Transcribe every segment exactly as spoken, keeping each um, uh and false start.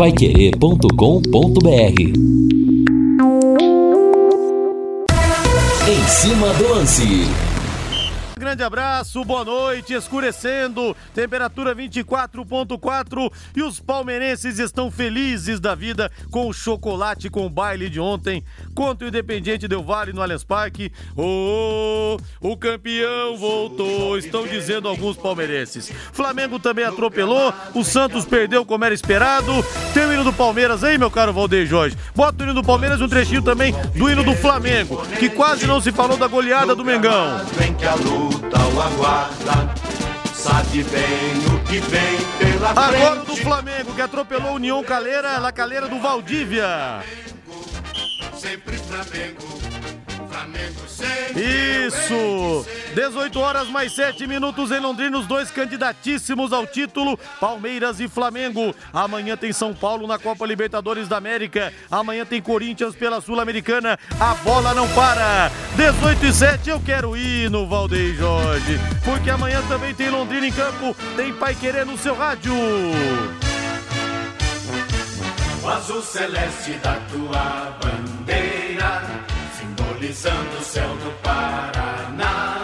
paiquerê ponto com ponto br. Em cima do lance. Grande abraço, boa noite, escurecendo, temperatura vinte e quatro ponto quatro e os palmeirenses estão felizes da vida com o chocolate com o baile de ontem contra o Independiente Del Valle no Allianz Parque. Oh, o campeão voltou, estão dizendo alguns palmeirenses. Flamengo também atropelou, o Santos perdeu como era esperado. Tem o hino do Palmeiras aí, meu caro Valdeir Jorge. Bota o hino do Palmeiras e um trechinho também do hino do Flamengo, que quase não se falou da goleada do Mengão. Aguarda, sabe bem o que vem pela frente. Agora o do Flamengo, que atropelou a União Calera, na Calera do Valdívia. Sempre Flamengo, Flamengo sempre. Isso! dezoito horas mais sete minutos em Londrina, os dois candidatíssimos ao título, Palmeiras e Flamengo. Amanhã tem São Paulo na Copa Libertadores da América. Amanhã tem Corinthians pela Sul-Americana. A bola não para. dezoito e sete, eu quero ir no Valdeir Jorge, porque amanhã também tem Londrina em campo, tem Paiquerê no seu rádio. O azul celeste da tua bandeira, simbolizando o céu do Paraná.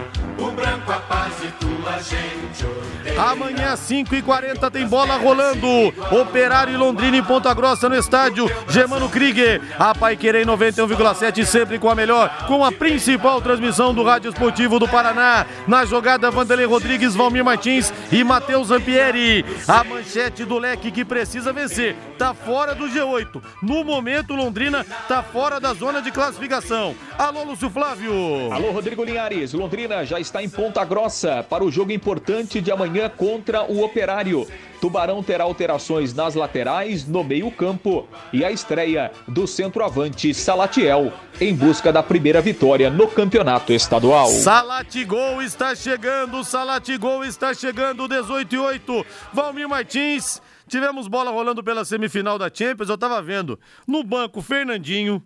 O branco a paz e tua gente odeia. Amanhã às cinco e quarenta tem bola rolando. Operário e Londrina em Ponta Grossa no estádio Germano Krieger. A Paiquerê em noventa e um vírgula sete, sempre com a melhor, com a principal transmissão do Rádio Esportivo do Paraná. Na jogada, Vanderlei Rodrigues, Valmir Martins e Matheus Zampieri. A manchete do Leque que precisa vencer. Tá fora do G oito. No momento, Londrina tá fora da zona de classificação. Alô, Lúcio Flávio. Alô, Rodrigo Linhares. Londrina já está em Ponta Grossa para o jogo importante de amanhã contra o Operário. Tubarão terá alterações nas laterais, no meio-campo e a estreia do centroavante Salatiel em busca da primeira vitória no campeonato estadual. Salatigol está chegando, Salatigol está chegando, dezoito e oito. Valmir Martins, tivemos bola rolando pela semifinal da Champions, eu tava vendo. No banco, Fernandinho,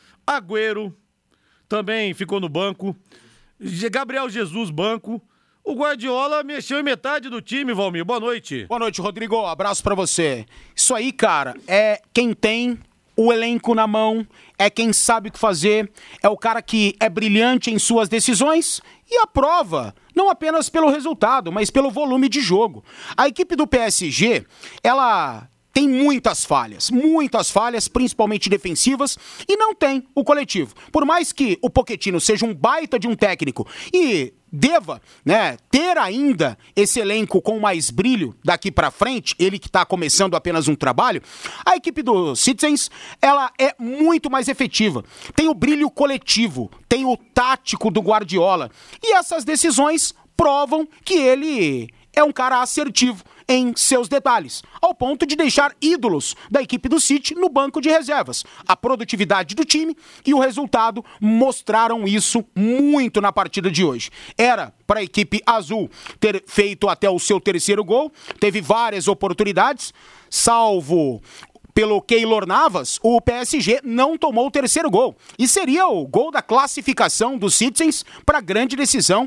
Agüero, também ficou no banco. Gabriel Jesus, banco. O Guardiola mexeu em metade do time, Valmir. Boa noite. Boa noite, Rodrigo. Abraço pra você. Isso aí, cara, é quem tem o elenco na mão, é quem sabe o que fazer, é o cara que é brilhante em suas decisões e aprova, não apenas pelo resultado, mas pelo volume de jogo. A equipe do P S G, ela tem muitas falhas, muitas falhas, principalmente defensivas, e não tem o coletivo. Por mais que o Pochettino seja um baita de um técnico e deva, né, ter ainda esse elenco com mais brilho daqui pra frente, ele que tá começando apenas um trabalho, a equipe do Citizens, ela é muito mais efetiva. Tem o brilho coletivo, tem o tático do Guardiola, e essas decisões provam que ele é um cara assertivo em seus detalhes, ao ponto de deixar ídolos da equipe do City no banco de reservas. A produtividade do time e o resultado mostraram isso muito na partida de hoje. Era para a equipe azul ter feito até o seu terceiro gol, teve várias oportunidades, salvo pelo Keylor Navas, o P S G não tomou o terceiro gol. E seria o gol da classificação dos Citizens para a grande decisão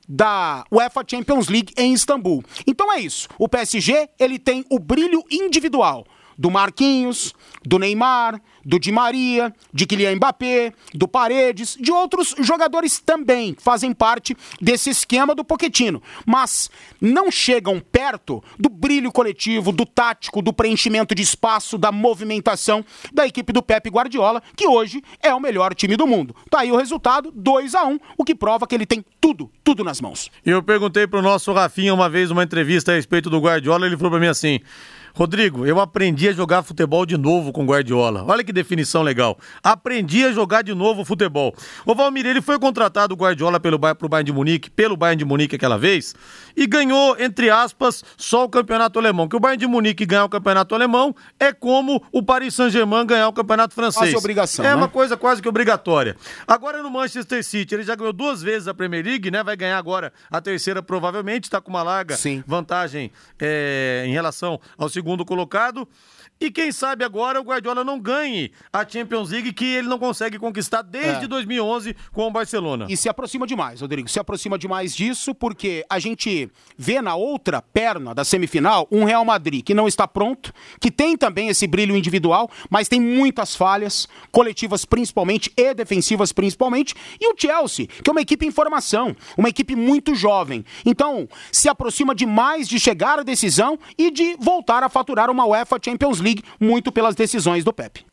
da UEFA Champions League em Istambul. Então é isso, o P S G ele tem o brilho individual do Marquinhos, do Neymar, do Di Maria, de Kylian Mbappé, do Paredes, de outros jogadores também que fazem parte desse esquema do Pochettino, mas não chegam perto do brilho coletivo, do tático, do preenchimento de espaço, da movimentação da equipe do Pep Guardiola, que hoje é o melhor time do mundo. Tá aí o resultado, dois a um, o que prova que ele tem tudo, tudo nas mãos. Eu perguntei pro nosso Rafinha uma vez, uma entrevista a respeito do Guardiola, ele falou pra mim assim: Rodrigo, eu aprendi a jogar futebol de novo com o Guardiola. Olha que definição legal. Aprendi a jogar de novo futebol. O Valmir, ele foi contratado, o Guardiola, pelo pro Bayern de Munique, pelo Bayern de Munique aquela vez, e ganhou, entre aspas, só o campeonato alemão. Que o Bayern de Munique ganhar o campeonato alemão é como o Paris Saint-Germain ganhar o campeonato francês. Quase obrigação, É né? uma coisa quase que obrigatória. Agora no Manchester City, ele já ganhou duas vezes a Premier League, né? Vai ganhar agora a terceira provavelmente, está com uma larga Sim. vantagem é, em relação ao segundo segundo colocado, e quem sabe agora o Guardiola não ganhe a Champions League, que ele não consegue conquistar desde É. dois mil e onze com o Barcelona. E se aproxima demais, Rodrigo, se aproxima demais disso, porque a gente gente vê na outra perna da semifinal um Real Madrid que não está pronto, que tem também esse brilho individual, mas tem muitas falhas, coletivas principalmente e defensivas principalmente, e o Chelsea, que é uma equipe em formação, uma equipe muito jovem. Então, se aproxima demais de chegar à decisão e de voltar a faturar uma UEFA Champions League, muito pelas decisões do Pepe.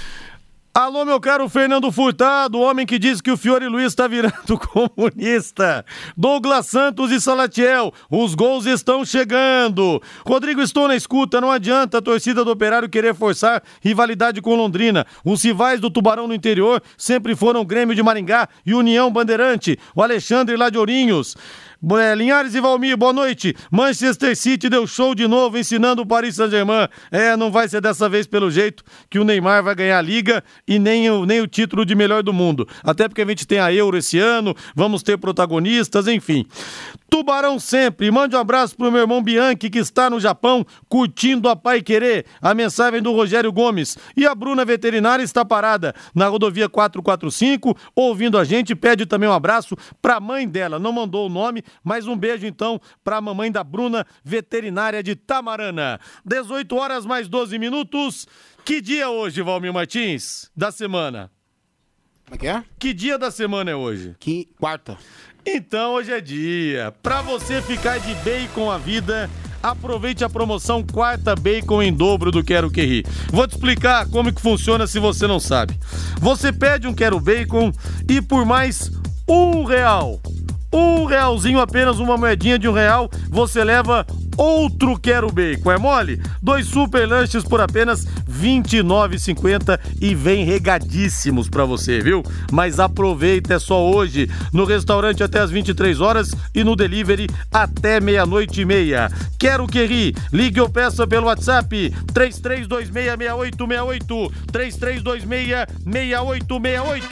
Alô, meu caro Fernando Furtado, o homem que diz que o Fiore Luiz está virando comunista. Douglas Santos e Salatiel, os gols estão chegando. Rodrigo, estou na escuta, não adianta a torcida do Operário querer forçar rivalidade com Londrina. Os rivais do Tubarão no interior sempre foram Grêmio de Maringá e União Bandeirante. O Alexandre lá de Ourinhos. Linhares e Valmir, boa noite. Manchester City deu show de novo ensinando o Paris Saint-Germain. É, não vai ser dessa vez pelo jeito que o Neymar vai ganhar a Liga e nem o, nem o título de melhor do mundo. Até porque a gente tem a Euro esse ano, vamos ter protagonistas, enfim. Tubarão sempre. Mande um abraço pro meu irmão Bianchi, que está no Japão, curtindo a Pai Querer. A mensagem do Rogério Gomes. E a Bruna Veterinária está parada na rodovia quatrocentos e quarenta e cinco, ouvindo a gente. Pede também um abraço pra mãe dela. Não mandou o nome, mas um beijo então pra mamãe da Bruna Veterinária de Tamarana. dezoito horas mais doze minutos. Que dia hoje, Valmir Martins? Da semana. Como é que é? Que dia da semana é hoje? Que quarta. Então hoje é dia. Pra você ficar de bem com a vida, aproveite a promoção Quarta Bacon em dobro do Quero Que Ri. Vou te explicar como que funciona se você não sabe. Você pede um Quero Bacon e por mais um real, um realzinho, apenas uma moedinha de um real, você leva outro Quero Bacon. É mole? Dois super lanches por apenas vinte e nove reais e cinquenta centavos e vem regadíssimos pra você, viu? Mas aproveita, é só hoje. No restaurante até as vinte e três horas e no delivery até meia-noite e meia. Quero Que Ri? Ligue ou peça pelo WhatsApp três três dois seis, seis oito seis oito, três três dois seis, seis oito seis oito.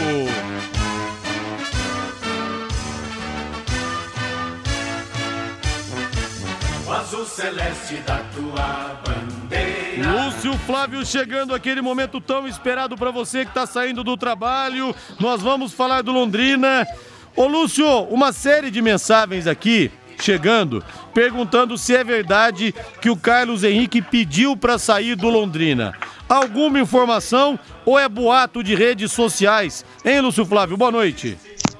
Azul celeste da tua bandeira. Lúcio Flávio chegando, aquele momento tão esperado pra você que tá saindo do trabalho. Nós vamos falar do Londrina. Ô Lúcio, uma série de mensagens aqui chegando, perguntando se é verdade que o Carlos Henrique pediu pra sair do Londrina. Alguma informação ou é boato de redes sociais? Hein, Lúcio Flávio? Boa noite.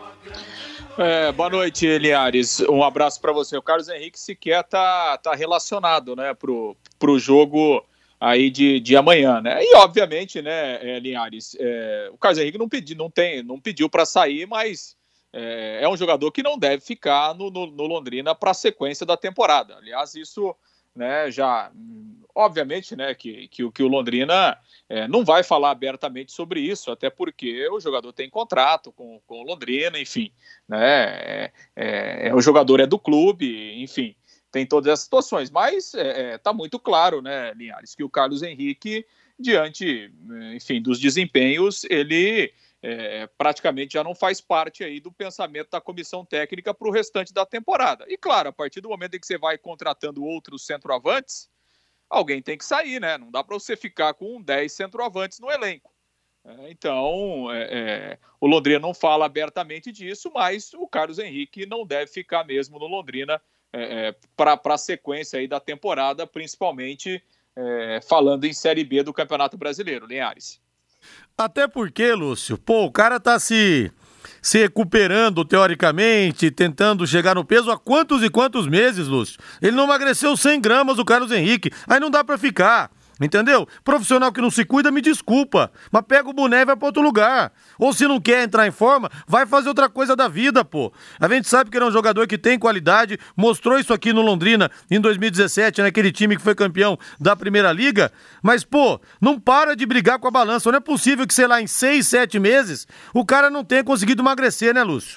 É, boa noite, Linhares. Um abraço para você. O Carlos Henrique sequer tá, tá relacionado, né, pro, pro jogo aí de, de amanhã, né? E obviamente, né, é, Linhares, é, o Carlos Henrique não pediu, não tem, não pediu para sair, mas é, é um jogador que não deve ficar no, no, no Londrina para a sequência da temporada. Aliás, isso, né, já obviamente, né, que, que, que o Londrina é, não vai falar abertamente sobre isso, até porque o jogador tem contrato com, com o Londrina, enfim, né, é, é, é, o jogador é do clube, enfim, tem todas as situações, mas é, é, tá muito claro, né, Linhares, que o Carlos Henrique, diante, enfim, dos desempenhos, ele é, praticamente já não faz parte aí do pensamento da comissão técnica para o restante da temporada. E claro, a partir do momento em que você vai contratando outros centroavantes, alguém tem que sair, né? Não dá para você ficar com dez centroavantes no elenco. É, então, é, é, o Londrina não fala abertamente disso, mas o Carlos Henrique não deve ficar mesmo no Londrina é, é, para a sequência aí da temporada, principalmente é, falando em Série B do Campeonato Brasileiro, Linhares. Até porque, Lúcio, pô, o cara tá se... se recuperando teoricamente, tentando chegar no peso há quantos e quantos meses, Lúcio? Ele não emagreceu cem gramas, o Carlos Henrique. Aí não dá pra ficar, entendeu? Profissional que não se cuida, me desculpa, mas pega o boné e vai pra outro lugar. Ou se não quer entrar em forma, vai fazer outra coisa da vida, pô. A gente sabe que ele é um jogador que tem qualidade, mostrou isso aqui no Londrina em dois mil e dezessete, naquele time que foi campeão da Primeira Liga, mas, pô, não para de brigar com a balança. Não é possível que, sei lá, em seis, sete meses, o cara não tenha conseguido emagrecer, né, Lúcio?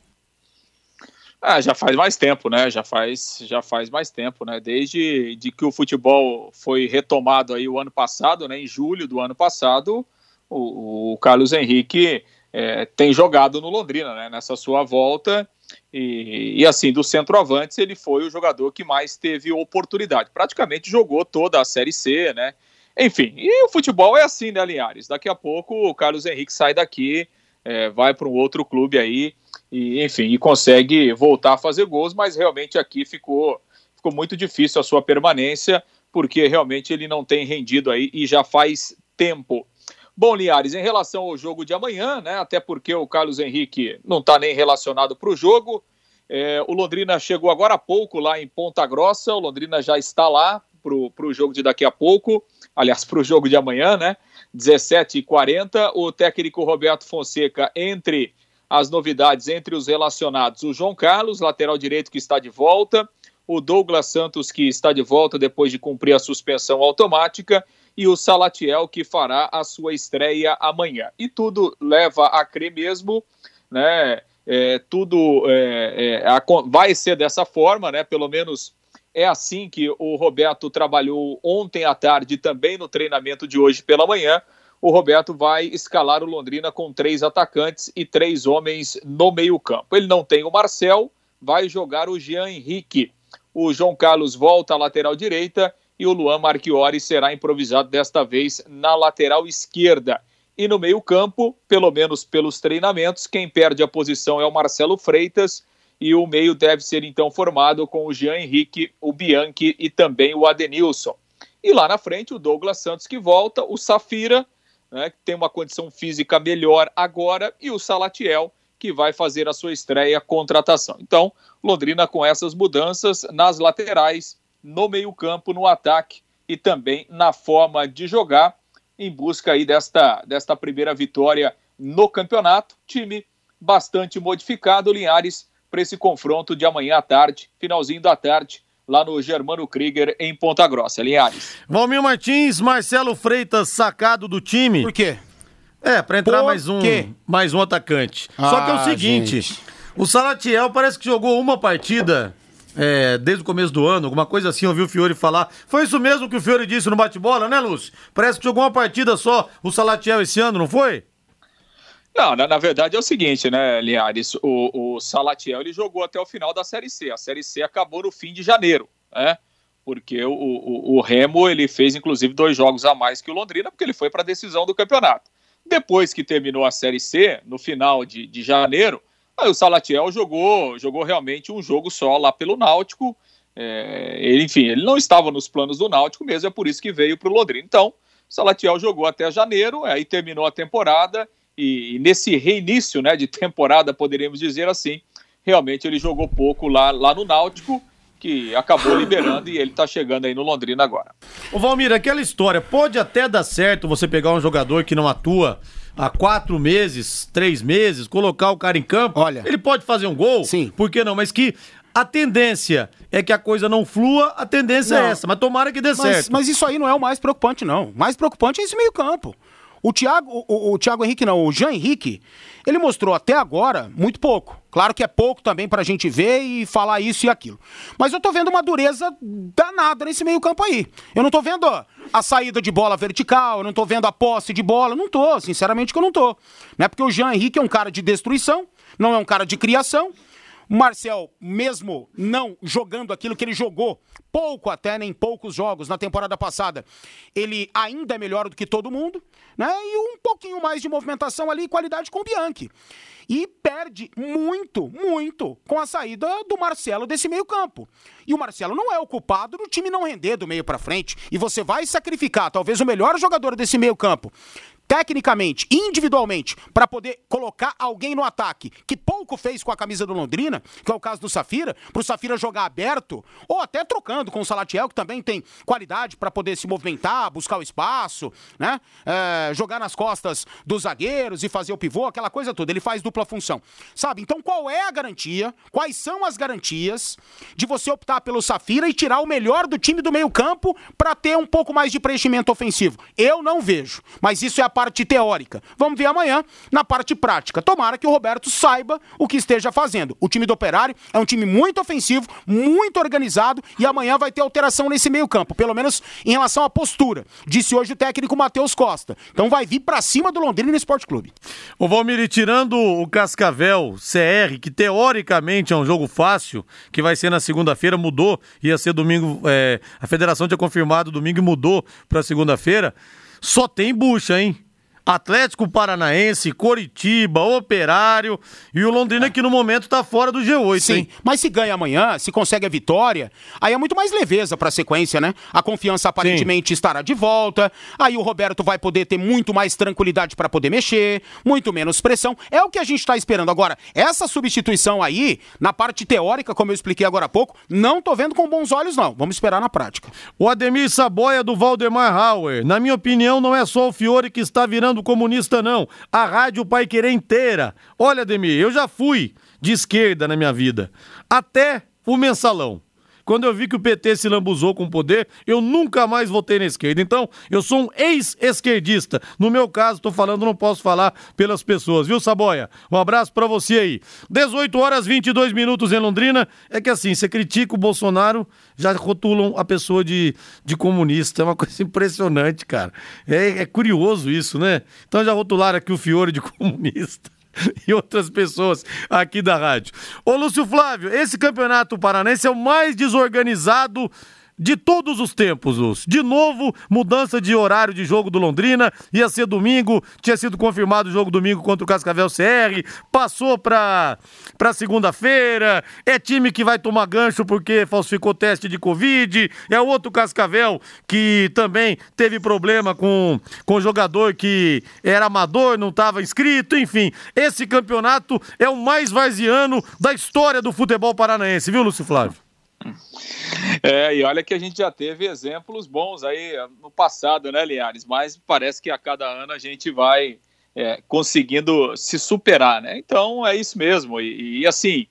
Ah, já faz mais tempo, né? Já faz, já faz mais tempo, né? Desde de que o futebol foi retomado aí o ano passado, né? Em julho do ano passado, o, o Carlos Henrique é, tem jogado no Londrina, né? Nessa sua volta e, e assim, dos centroavantes, ele foi o jogador que mais teve oportunidade. Praticamente jogou toda a Série C, né? Enfim, e o futebol é assim, né, Linhares? Daqui a pouco o Carlos Henrique sai daqui, é, vai para um outro clube aí e, enfim, e consegue voltar a fazer gols, mas realmente aqui ficou, ficou muito difícil a sua permanência, porque realmente ele não tem rendido aí e já faz tempo. Bom, Linhares, em relação ao jogo de amanhã, né, até porque o Carlos Henrique não está nem relacionado para o jogo, é, o Londrina chegou agora há pouco lá em Ponta Grossa, o Londrina já está lá para o jogo de daqui a pouco, aliás, para o jogo de amanhã, né, dezessete e quarenta, o técnico Roberto Fonseca, entre as novidades, entre os relacionados, o João Carlos, lateral direito que está de volta, o Douglas Santos, que está de volta depois de cumprir a suspensão automática, e o Salatiel, que fará a sua estreia amanhã. E tudo leva a crer mesmo, né? É, tudo é, é, a, vai ser dessa forma, né? Pelo menos é assim que o Roberto trabalhou ontem à tarde, também no treinamento de hoje pela manhã. O Roberto vai escalar o Londrina com três atacantes e três homens no meio-campo. Ele não tem o Marcel, vai jogar o Jean Henrique. O João Carlos volta à lateral direita e o Luan Marchiori será improvisado desta vez na lateral esquerda. E no meio-campo, pelo menos pelos treinamentos, quem perde a posição é o Marcelo Freitas e o meio deve ser então formado com o Jean Henrique, o Bianchi e também o Adenilson. E lá na frente o Douglas Santos que volta, o Safira, né, que tem uma condição física melhor agora, e o Salatiel, que vai fazer a sua estreia contratação. Então, Londrina com essas mudanças nas laterais, no meio-campo, no ataque e também na forma de jogar, em busca aí desta, desta primeira vitória no campeonato. Time bastante modificado, Linhares, para esse confronto de amanhã à tarde, finalzinho da tarde, lá no Germano Krieger, em Ponta Grossa. Linhares. Valmir Martins, Marcelo Freitas sacado do time. Por quê? É, para entrar Por mais um, quê? mais um atacante. Ah, Só que é o seguinte, gente. o Salatiel parece que jogou uma partida é, desde o começo do ano, alguma coisa assim, eu ouvi o Fiore falar. Foi isso mesmo que o Fiore disse no bate-bola, né, Lúcio? Parece que jogou uma partida só o Salatiel esse ano, não foi? Não, na, na verdade é o seguinte, né, Linhares, o, o Salatiel ele jogou até o final da Série C, a Série C acabou no fim de janeiro, né, porque o, o, o Remo ele fez inclusive dois jogos a mais que o Londrina, porque ele foi para a decisão do campeonato. Depois que terminou a Série C, no final de, de janeiro, aí o Salatiel jogou, jogou realmente um jogo só lá pelo Náutico, é, ele, enfim, ele não estava nos planos do Náutico mesmo, é por isso que veio para o Londrina. Então, o Salatiel jogou até janeiro, aí terminou a temporada, e, e nesse reinício, né, de temporada, poderíamos dizer assim, realmente ele jogou pouco lá, lá no Náutico, que acabou liberando e ele tá chegando aí no Londrina agora. Ô Valmir, aquela história, pode até dar certo você pegar um jogador que não atua há quatro meses, três meses, colocar o cara em campo, olha, ele pode fazer um gol, sim, por que não? Mas que a tendência é que a coisa não flua, a tendência não. é essa, mas tomara que dê mas, certo. Mas isso aí não é o mais preocupante, não. O mais preocupante é esse meio campo. O Thiago, o, o Thiago Henrique não, o Jean Henrique, ele mostrou até agora muito pouco. Claro que é pouco também pra gente ver e falar isso e aquilo. Mas eu tô vendo uma dureza danada nesse meio campo aí. Eu não tô vendo a saída de bola vertical, eu não tô vendo a posse de bola, não tô, sinceramente que eu não tô. Não é porque o Jean Henrique é um cara de destruição, não é um cara de criação. O Marcel, mesmo não jogando aquilo que ele jogou, pouco até, nem poucos jogos na temporada passada, ele ainda é melhor do que todo mundo, né? E um pouquinho mais de movimentação ali e qualidade com o Bianchi. E perde muito, muito com a saída do Marcelo desse meio campo. E o Marcelo não é o culpado do time não render do meio pra frente. E você vai sacrificar talvez o melhor jogador desse meio campo, tecnicamente, individualmente, para poder colocar alguém no ataque, que pouco fez com a camisa do Londrina, que é o caso do Safira, pro Safira jogar aberto, ou até trocando com o Salatiel, que também tem qualidade para poder se movimentar, buscar o espaço, né? É, jogar nas costas dos zagueiros e fazer o pivô, aquela coisa toda. Ele faz dupla função, sabe? Então qual é a garantia, quais são as garantias de você optar pelo Safira e tirar o melhor do time do meio campo para ter um pouco mais de preenchimento ofensivo? Eu não vejo, mas isso é a parte teórica. Vamos ver amanhã na parte prática. Tomara que o Roberto saiba o que esteja fazendo. O time do Operário é um time muito ofensivo, muito organizado e amanhã vai ter alteração nesse meio campo, pelo menos em relação à postura. Disse hoje o técnico Matheus Costa. Então vai vir pra cima do Londrina Esporte Clube. Ô Valmir, tirando o Cascavel C R, que teoricamente é um jogo fácil, que vai ser na segunda-feira, mudou, ia ser domingo, é, a federação tinha confirmado domingo e mudou pra segunda-feira, só tem bucha, hein? Atlético Paranaense, Coritiba, Operário e o Londrina que no momento tá fora do G oito, Sim, hein? mas se ganha amanhã, se consegue a vitória, aí é muito mais leveza pra sequência, né? A confiança aparentemente Sim. estará de volta, aí o Roberto vai poder ter muito mais tranquilidade pra poder mexer, muito menos pressão, é o que a gente tá esperando. Agora, essa substituição aí, na parte teórica, como eu expliquei agora há pouco, não tô vendo com bons olhos não, vamos esperar na prática. O Ademir Saboia do Valdemar Hauer, na minha opinião não é só o Fiore que está virando comunista não, a Rádio Paiquerê inteira. Olha, Ademir, eu já fui de esquerda na minha vida, até o mensalão. Quando eu vi que o P T se lambuzou com o poder, eu nunca mais votei na esquerda. Então, eu sou um ex-esquerdista. No meu caso, tô falando, não posso falar pelas pessoas, viu, Saboia? Um abraço pra você aí. dezoito horas e vinte e dois minutos em Londrina. É que assim, você critica o Bolsonaro, já rotulam a pessoa de, de comunista. É uma coisa impressionante, cara. É, é curioso isso, né? Então já rotularam aqui o Fiore de comunista. E outras pessoas aqui da rádio. Ô Lúcio Flávio, esse campeonato paranaense é o mais desorganizado de todos os tempos, Lúcio. De novo, mudança de horário de jogo do Londrina, ia ser domingo, tinha sido confirmado o jogo domingo contra o Cascavel C R, passou pra, pra segunda-feira, é time que vai tomar gancho porque falsificou teste de Covid, é outro Cascavel que também teve problema com, com o jogador que era amador, não estava inscrito, enfim. Esse campeonato é o mais varziano da história do futebol paranaense, viu, Lúcio Flávio? É, e olha que a gente já teve exemplos bons aí no passado, né, Linhares? Mas parece que a cada ano a gente vai é, conseguindo se superar, né? Então é isso mesmo. E, e assim,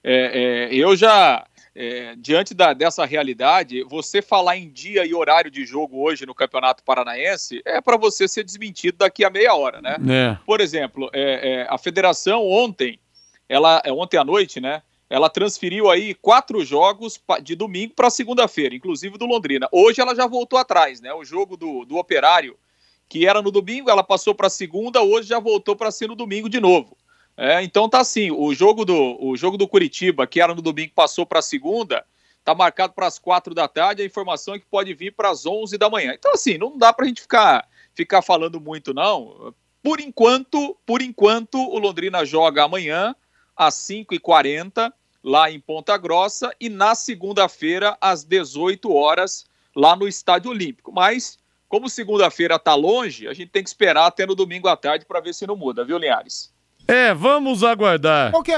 é, é, eu já, é, diante da, dessa realidade, você falar em dia e horário de jogo hoje no Campeonato Paranaense é para você ser desmentido daqui a meia hora, né? É. Por exemplo, é, é, a federação ontem, ela, ontem à noite, né? Ela transferiu aí quatro jogos de domingo para segunda-feira, inclusive do Londrina. Hoje ela já voltou atrás, né? O jogo do, do Operário, que era no domingo, ela passou para segunda, hoje já voltou para ser no domingo de novo. É, então tá assim, o jogo, do, o jogo do Curitiba, que era no domingo, passou para segunda, tá marcado para as quatro da tarde, a informação é que pode vir para as onze da manhã. Então assim, não dá para a gente ficar, ficar falando muito não. Por enquanto, por enquanto, o Londrina joga amanhã às cinco e quarenta, lá em Ponta Grossa, e na segunda-feira, às dezoito horas, lá no Estádio Olímpico. Mas, como segunda-feira está longe, a gente tem que esperar até no domingo à tarde para ver se não muda, viu, Linhares? É, vamos aguardar. Qual que é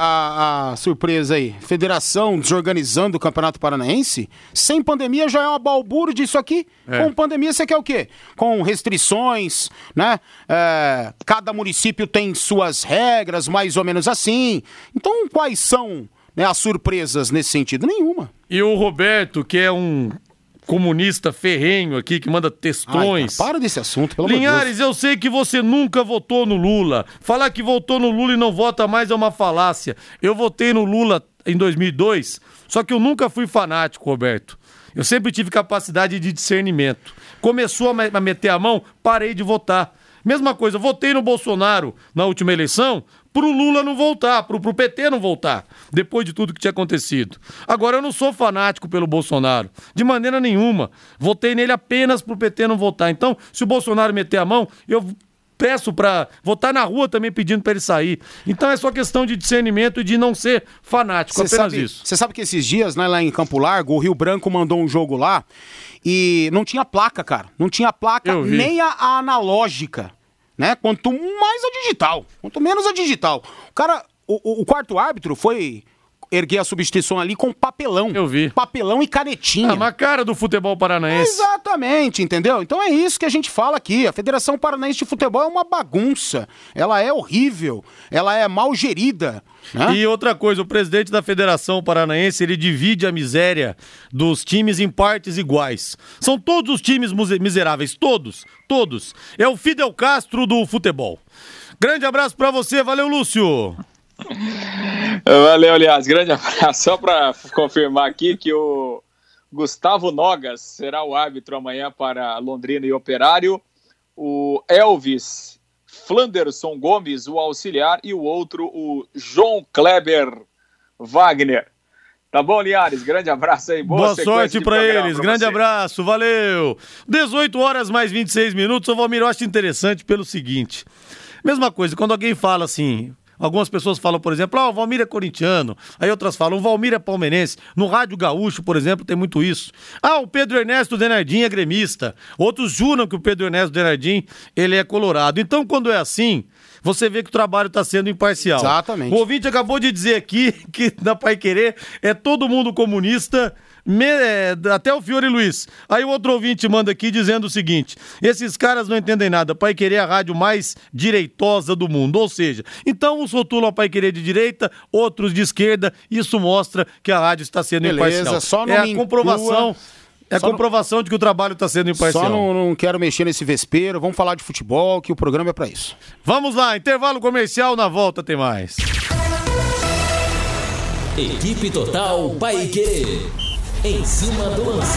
a, a surpresa aí? Federação desorganizando o Campeonato Paranaense? Sem pandemia já é uma balbúrdia isso aqui. É. Com pandemia você quer o quê? Com restrições, né? É, cada município tem suas regras, mais ou menos assim. Então, quais são, né, as surpresas nesse sentido? Nenhuma. E o Roberto, que é um comunista ferrenho aqui, que manda textões. Ai, cara, para desse assunto, pelo amor de Deus. Linhares, eu sei que você nunca votou no Lula. Falar que votou no Lula e não vota mais é uma falácia. Eu votei no Lula em dois mil e dois, só que eu nunca fui fanático, Roberto. Eu sempre tive capacidade de discernimento. Começou a meter a mão, parei de votar. Mesma coisa, votei no Bolsonaro na última eleição pro Lula não voltar, pro, pro P T não voltar, depois de tudo que tinha acontecido. Agora, eu não sou fanático pelo Bolsonaro, de maneira nenhuma. Votei nele apenas pro P T não voltar. Então, se o Bolsonaro meter a mão, eu peço pra votar na rua também pedindo pra ele sair. Então, é só questão de discernimento e de não ser fanático, cê apenas sabe, isso. Você sabe que esses dias, né, lá em Campo Largo, o Rio Branco mandou um jogo lá e não tinha placa, cara. Não tinha placa nem a, a analógica. Né? Quanto mais a digital, quanto menos a digital. O cara, o, o quarto árbitro foi erguer a substituição ali com papelão. Eu vi. Papelão e canetinha. Ah, uma cara do futebol paranaense. Exatamente, entendeu? Então é isso que a gente fala aqui. A Federação Paranaense de Futebol é uma bagunça. Ela é horrível. Ela é mal gerida. Né? E outra coisa, o presidente da Federação Paranaense, ele divide a miséria dos times em partes iguais. São todos os times miseráveis, todos, todos. É o Fidel Castro do futebol. Grande abraço pra você, valeu, Lúcio. Valeu, aliás, grande abraço. Só para confirmar aqui que o Gustavo Nogas será o árbitro amanhã para Londrina e Operário. O Elvis Flanderson Gomes, o auxiliar, e o outro, o João Kleber Wagner. Tá bom, Linhares? Grande abraço aí. Boa, boa sorte pra eles. Pra Grande você. Abraço. Valeu. dezoito horas mais vinte e seis minutos. Ô, Valmir, eu acho interessante pelo seguinte. Mesma coisa, quando alguém fala assim... Algumas pessoas falam, por exemplo, ah, o Valmir é corintiano. Aí outras falam, o Valmir é palmeirense. No Rádio Gaúcho, por exemplo, tem muito isso. Ah, o Pedro Ernesto Denardim é gremista. Outros juram que o Pedro Ernesto Denardim, ele é colorado. Então, quando é assim, você vê que o trabalho está sendo imparcial. Exatamente. O ouvinte acabou de dizer aqui que na Paiquerê é todo mundo comunista... Me, é, até o Fiore Luiz. Aí o outro ouvinte manda aqui dizendo o seguinte: esses caras não entendem nada, Paiquerê é a rádio mais direitosa do mundo. Ou seja, então uns rotulam a Paiquerê de direita, outros de esquerda. Isso mostra que a rádio está sendo Beleza, imparcial. Só não é me a comprovação inclua... É a Só comprovação não... de que o trabalho está sendo imparcial. Só não, não quero mexer nesse vespeiro. Vamos falar de futebol, que o programa é para isso. Vamos lá, intervalo comercial, na volta tem mais. Equipe Total Paiquerê. Em cima do lance.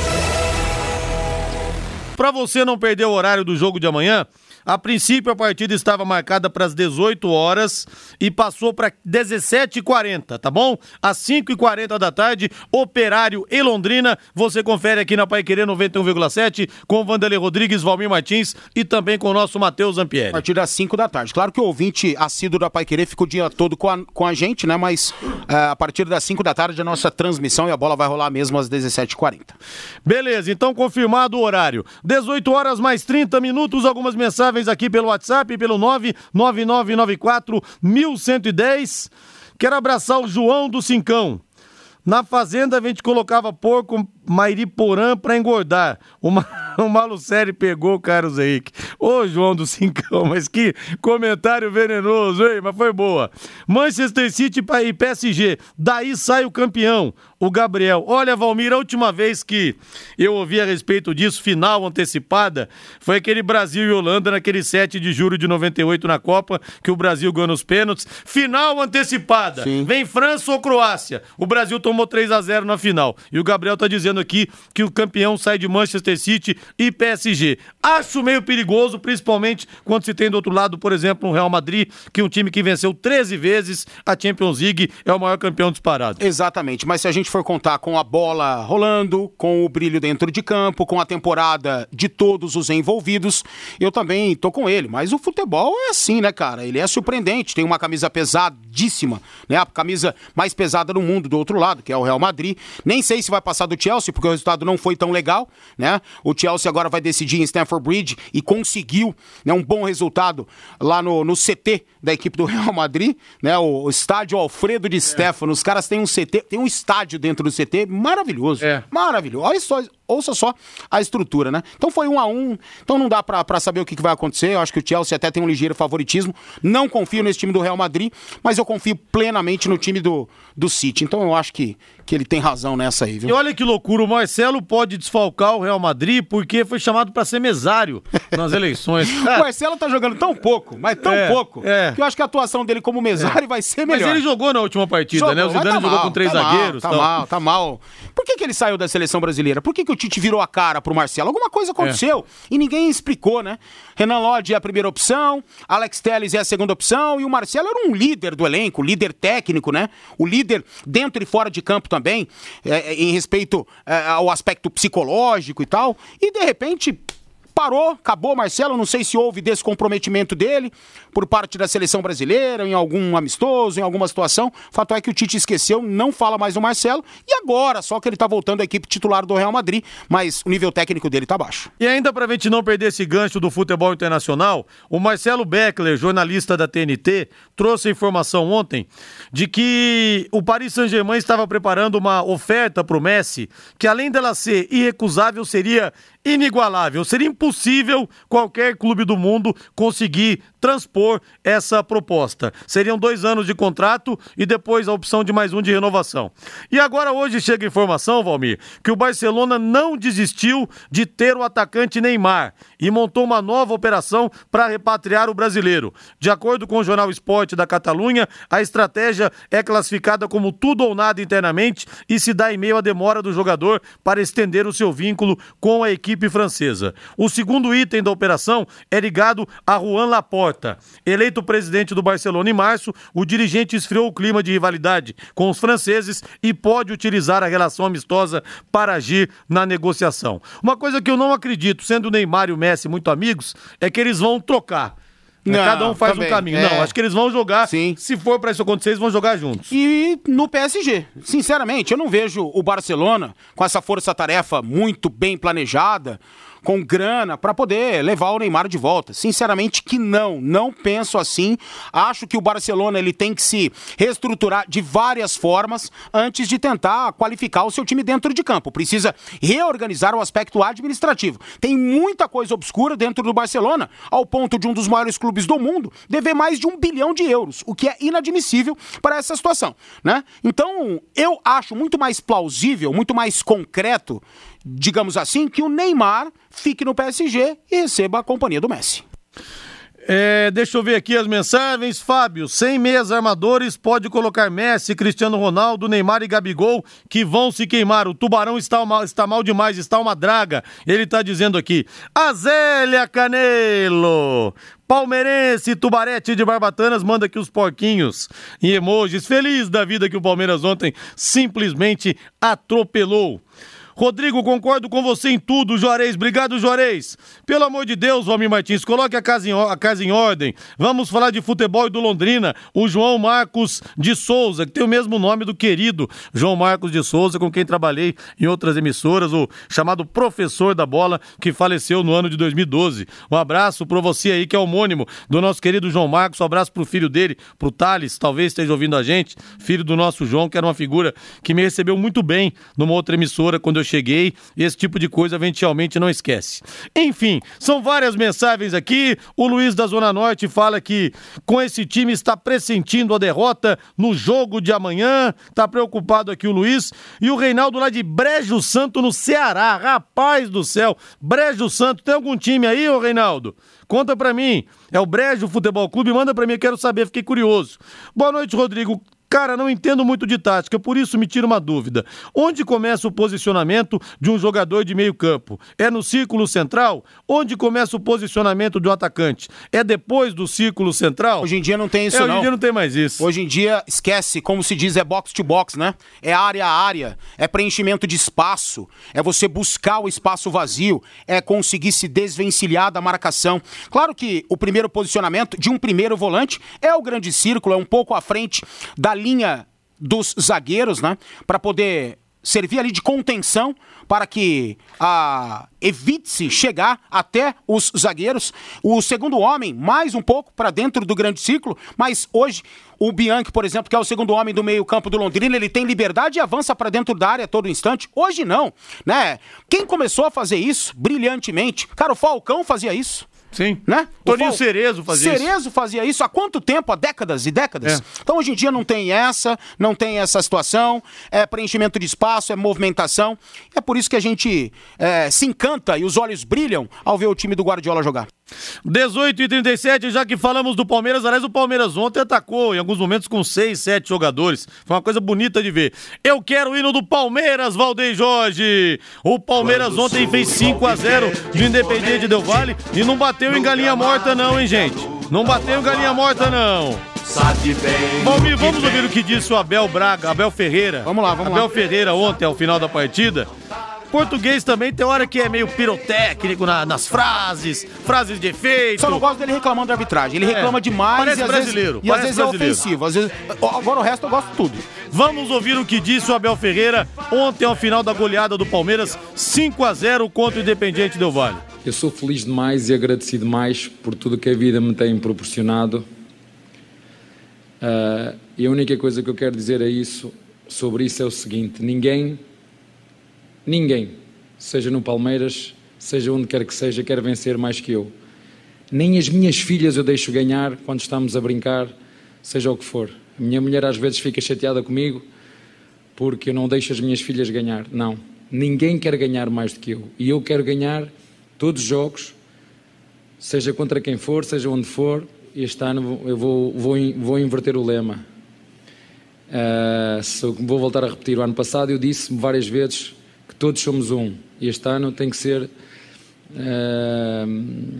Para você não perder o horário do jogo de amanhã, a princípio a partida estava marcada para as dezoito horas e passou para dezessete e quarenta, tá bom? Às cinco e quarenta da tarde, Operário e Londrina. Você confere aqui na Paiquerê noventa e um vírgula sete com Vanderlei Rodrigues, Valmir Martins e também com o nosso Matheus Ampieri. A partir das cinco da tarde. Claro que o ouvinte assíduo da Paiquerê fica o dia todo com a, com a gente, né? Mas é, a partir das cinco da tarde a nossa transmissão e a bola vai rolar mesmo às dezessete e quarenta. Beleza, então confirmado o horário. dezoito horas mais trinta minutos, algumas mensagens aqui pelo WhatsApp, pelo nove nove nove nove quatro um um um zero. Quero abraçar o João do Cincão. Na fazenda a gente colocava porco Mairiporã pra engordar. O, Ma... o Malucelli pegou o Carlos Henrique. Ô, João do Cincão, mas que comentário venenoso, hein? Mas foi boa. Manchester City e P S G. Daí sai o campeão, o Gabriel. Olha, Valmir, a última vez que eu ouvi a respeito disso, final antecipada, foi aquele Brasil e Holanda naquele sete de julho de noventa e oito na Copa, que o Brasil ganhou nos pênaltis. Final antecipada. Sim. Vem França ou Croácia. O Brasil tomou três a zero na final. E o Gabriel tá dizendo aqui que o campeão sai de Manchester City e P S G. Acho meio perigoso, principalmente quando se tem do outro lado, por exemplo, um Real Madrid, que é um time que venceu treze vezes a Champions League, é o maior campeão disparado. Exatamente, mas se a gente for contar com a bola rolando, com o brilho dentro de campo, com a temporada de todos os envolvidos, eu também tô com ele. Mas o futebol é assim, né, cara? Ele é surpreendente, tem uma camisa pesadíssima, né? A camisa mais pesada do mundo do outro lado, que é o Real Madrid. Nem sei se vai passar do Chelsea, porque o resultado não foi tão legal, né? O Chelsea agora vai decidir em Stamford Bridge e conseguiu, né, um bom resultado lá no, no C T da equipe do Real Madrid, né? O, o estádio Alfredo de Stéfano. Os caras têm um C T, tem um estádio dentro do C T maravilhoso. É. Maravilhoso. Olha só, ouça só a estrutura, né? Então foi um a um, então não dá pra, pra saber o que, que vai acontecer. Eu acho que o Chelsea até tem um ligeiro favoritismo. Não confio nesse time do Real Madrid, mas eu confio plenamente no time do, do City. Então eu acho que, que ele tem razão nessa aí, viu? E olha que loucura, o Marcelo pode desfalcar o Real Madrid porque foi chamado pra ser mesário nas eleições. O Marcelo tá jogando tão pouco, mas tão é, pouco, é. que eu acho que a atuação dele como mesário é. vai ser melhor. Mas ele jogou na última partida, jogou, né? O Zidane tá jogou mal, com três tá zagueiros. Mal, tá mal, tá mal. Por que que ele saiu da seleção brasileira? Por que que o Tite virou a cara pro Marcelo? Alguma coisa aconteceu é. e ninguém explicou, né? Renan Lodge é a primeira opção, Alex Telles é a segunda opção e o Marcelo era um líder do elenco, líder técnico, né? O líder dentro e fora de campo também, é, em respeito é, ao aspecto psicológico e tal. E de repente parou, acabou Marcelo, não sei se houve descomprometimento dele por parte da seleção brasileira, em algum amistoso, em alguma situação. Fato é que o Tite esqueceu, não fala mais do Marcelo, e agora só que ele tá voltando à equipe titular do Real Madrid, mas o nível técnico dele tá baixo. E ainda pra gente não perder esse gancho do futebol internacional, o Marcelo Beckler, jornalista da T N T, trouxe a informação ontem de que o Paris Saint-Germain estava preparando uma oferta pro Messi, que além dela ser irrecusável, seria inigualável, seria impossível qualquer clube do mundo conseguir transpor essa proposta. Seriam dois anos de contrato e depois a opção de mais um de renovação. E agora hoje chega a informação, Valmir, que o Barcelona não desistiu de ter o atacante Neymar e montou uma nova operação para repatriar o brasileiro. De acordo com o jornal Sport da Catalunha, a estratégia é classificada como tudo ou nada internamente e se dá em meio à demora do jogador para estender o seu vínculo com a equipe francesa. O segundo item da operação é ligado a Juan Laporta. Eleito presidente do Barcelona em março, o dirigente esfriou o clima de rivalidade com os franceses e pode utilizar a relação amistosa para agir na negociação. Uma coisa que eu não acredito, sendo o Neymar e o Messi muito amigos, é que eles vão trocar. Não, Cada um faz também, um caminho. É... Não, acho que eles vão jogar. Sim. Se for pra isso acontecer, eles vão jogar juntos. E no P S G, sinceramente, eu não vejo o Barcelona com essa força-tarefa muito bem planejada, com grana, para poder levar o Neymar de volta. Sinceramente que não, não penso assim. Acho que o Barcelona ele tem que se reestruturar de várias formas antes de tentar qualificar o seu time dentro de campo. Precisa reorganizar o aspecto administrativo. Tem muita coisa obscura dentro do Barcelona, ao ponto de um dos maiores clubes do mundo dever mais de um bilhão de euros, o que é inadmissível para essa situação, né? Então, eu acho muito mais plausível, muito mais concreto, digamos assim, que o Neymar fique no P S G e receba a companhia do Messi. É, deixa eu ver aqui as mensagens. Fábio, sem meias armadores pode colocar Messi, Cristiano Ronaldo, Neymar e Gabigol que vão se queimar. O Tubarão está mal, está mal demais, está uma draga. Ele está dizendo aqui. Azélia Canelo, palmeirense, Tubarete de Barbatanas, manda aqui os porquinhos em emojis. Feliz da vida que o Palmeiras ontem simplesmente atropelou. Rodrigo, concordo com você em tudo, Juarez. Obrigado, Juarez. Pelo amor de Deus, Valmir Martins, coloque a casa, em, a casa em ordem. Vamos falar de futebol e do Londrina. O João Marcos de Souza, que tem o mesmo nome do querido João Marcos de Souza, com quem trabalhei em outras emissoras, o chamado professor da bola, que faleceu no ano de dois mil e doze. Um abraço para você aí, que é homônimo do nosso querido João Marcos. Um abraço pro filho dele, pro Thales, talvez esteja ouvindo a gente, filho do nosso João, que era uma figura que me recebeu muito bem numa outra emissora quando eu cheguei, e esse tipo de coisa a gente realmente não esquece. Enfim, são várias mensagens aqui. O Luiz da Zona Norte fala que com esse time está pressentindo a derrota no jogo de amanhã, tá preocupado aqui o Luiz. E o Reinaldo lá de Brejo Santo no Ceará, rapaz do céu, Brejo Santo, tem algum time aí, ô Reinaldo? Conta pra mim, é o Brejo Futebol Clube, manda pra mim, eu quero saber, fiquei curioso. Boa noite, Rodrigo. Cara, não entendo muito de tática, por isso me tira uma dúvida. Onde começa o posicionamento de um jogador de meio campo? É no círculo central? Onde começa o posicionamento de um atacante? É depois do círculo central? Hoje em dia não tem isso, é, não. Hoje em dia não tem mais isso. Hoje em dia, esquece, como se diz, é box to box, né? É área a área, é preenchimento de espaço, é você buscar o espaço vazio, é conseguir se desvencilhar da marcação. Claro que o primeiro posicionamento de um primeiro volante é o grande círculo, é um pouco à frente da linha dos zagueiros, né, para poder servir ali de contenção para que a evite-se chegar até os zagueiros. O segundo homem, mais um pouco para dentro do grande círculo, mas hoje o Bianchi, por exemplo, que é o segundo homem do meio campo do Londrina, ele tem liberdade e avança para dentro da área a todo instante. Hoje não, né? Quem começou a fazer isso brilhantemente? Cara, o Falcão fazia isso. Sim, né? Toninho Fal... Cerezo fazia Cerezo isso. Cerezo fazia isso há quanto tempo? Há décadas e décadas. É. Então hoje em dia não tem essa, não tem essa situação, é preenchimento de espaço, é movimentação. É por isso que a gente é, se encanta e os olhos brilham ao ver o time do Guardiola jogar. dezoito e trinta e sete, já que falamos do Palmeiras, aliás, o Palmeiras ontem atacou em alguns momentos com seis, sete jogadores. Foi uma coisa bonita de ver. Eu quero o hino do Palmeiras, Valdeir Jorge. O Palmeiras Quando ontem fez cinco a zero de Independiente Del Valle e não bateu em galinha morta não, hein, gente? Não bateu em galinha morta não. Valmir, vamos ouvir o que disse o Abel Braga, Abel Ferreira. Vamos lá, vamos Abel lá. Abel Ferreira ontem, ao final da partida. Português também tem hora que é meio pirotécnico na, nas frases, frases de efeito. Só não gosto dele reclamando da arbitragem. Ele reclama é, demais parece e às brasileiro, vezes, e às vezes brasileiro. é ofensivo. Às vezes, agora o resto eu gosto de tudo. Vamos ouvir o que disse o Abel Ferreira ontem ao final da goleada do Palmeiras, cinco a zero contra o Independiente Del Valle. Eu sou feliz demais e agradecido demais por tudo que a vida me tem proporcionado. Uh, e a única coisa que eu quero dizer é isso, sobre isso é o seguinte: ninguém, ninguém, seja no Palmeiras, seja onde quer que seja, quer vencer mais que eu. Nem as minhas filhas eu deixo ganhar quando estamos a brincar, seja o que for. A minha mulher às vezes fica chateada comigo porque eu não deixo as minhas filhas ganhar. Não, ninguém quer ganhar mais do que eu. E eu quero ganhar todos os jogos, seja contra quem for, seja onde for. Este ano eu vou, vou, vou inverter o lema. Uh, vou voltar a repetir. O ano passado eu disse várias vezes que todos somos um. E este ano tem que ser Uh,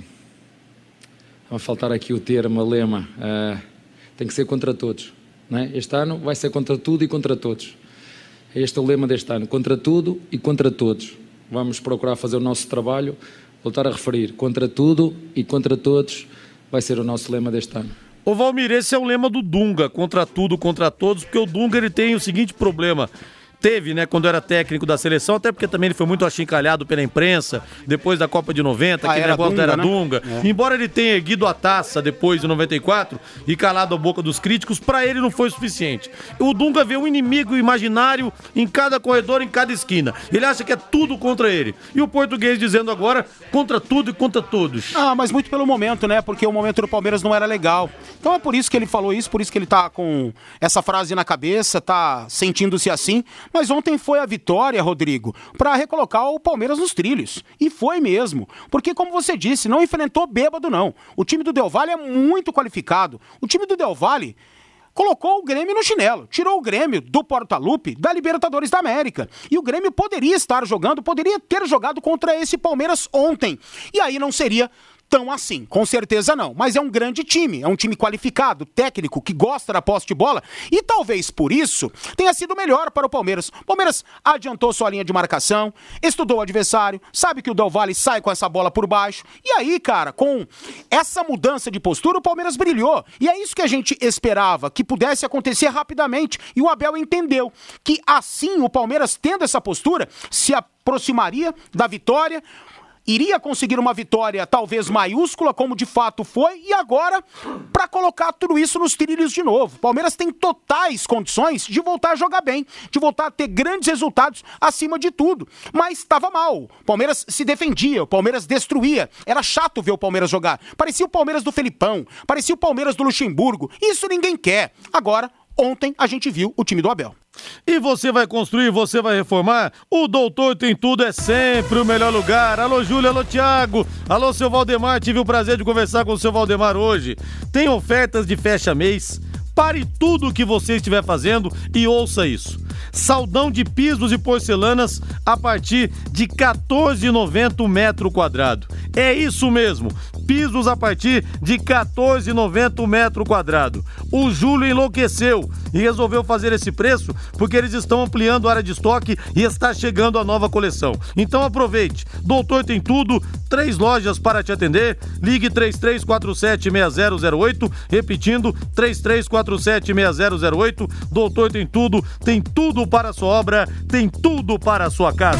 vai faltar aqui o termo, a lema. Uh, tem que ser contra todos. Não é? Este ano vai ser contra tudo e contra todos. Este é o lema deste ano. Contra tudo e contra todos. Vamos procurar fazer o nosso trabalho. Voltar a referir. Contra tudo e contra todos vai ser o nosso lema deste ano. Ô Valmir, esse é o lema do Dunga, contra tudo, contra todos, porque o Dunga ele tem o seguinte problema. Teve, né, quando era técnico da seleção, até porque também ele foi muito achincalhado pela imprensa, depois da Copa de noventa, ah, aquele era negócio Dunga, era né? Dunga. É. Embora ele tenha erguido a taça depois de noventa e quatro e calado a boca dos críticos, pra ele não foi suficiente. O Dunga vê um inimigo imaginário em cada corredor, em cada esquina. Ele acha que é tudo contra ele. E o português dizendo agora, contra tudo e contra todos. Ah, mas muito pelo momento, né? Porque o momento do Palmeiras não era legal. Então é por isso que ele falou isso, por isso que ele tá com essa frase na cabeça, tá sentindo-se assim. Mas ontem foi a vitória, Rodrigo, para recolocar o Palmeiras nos trilhos. E foi mesmo. Porque, como você disse, não enfrentou bêbado, não. O time do Del Valle é muito qualificado. O time do Del Valle colocou o Grêmio no chinelo. Tirou o Grêmio do Porta-Lupe da Libertadores da América. E o Grêmio poderia estar jogando, poderia ter jogado contra esse Palmeiras ontem. E aí não seria tão assim, com certeza não, mas é um grande time, é um time qualificado, técnico, que gosta da posse de bola e talvez por isso tenha sido melhor para o Palmeiras. O Palmeiras adiantou sua linha de marcação, estudou o adversário, sabe que o Del Valle sai com essa bola por baixo e aí, cara, com essa mudança de postura, o Palmeiras brilhou e é isso que a gente esperava, que pudesse acontecer rapidamente e o Abel entendeu que assim o Palmeiras tendo essa postura se aproximaria da vitória, iria conseguir uma vitória talvez maiúscula, como de fato foi, e agora, para colocar tudo isso nos trilhos de novo. O Palmeiras tem totais condições de voltar a jogar bem, de voltar a ter grandes resultados acima de tudo. Mas estava mal. O Palmeiras se defendia, o Palmeiras destruía. Era chato ver o Palmeiras jogar. Parecia o Palmeiras do Felipão, parecia o Palmeiras do Luxemburgo. Isso ninguém quer. Agora, ontem a gente viu o time do Abel. E você vai construir, você vai reformar? O Doutor Tem Tudo é sempre o melhor lugar. Alô, Júlio, alô, Thiago. Alô, seu Valdemar. Tive o prazer de conversar com o seu Valdemar hoje. Tem ofertas de fecha-mês. Pare tudo o que você estiver fazendo e ouça isso. Saldão de pisos e porcelanas a partir de quatorze reais e noventa centavos o metro quadrado. É isso mesmo, pisos a partir de quatorze reais e noventa centavos o metro quadrado. O Júlio enlouqueceu e resolveu fazer esse preço porque eles estão ampliando a área de estoque e está chegando a nova coleção. Então aproveite, Doutor Tem Tudo, três lojas para te atender, ligue três três quatro sete seis zero zero oito, repetindo, três três quatro sete seis zero zero oito, Doutor Tem Tudo, tem tudo para a sua obra, tem tudo para a sua casa.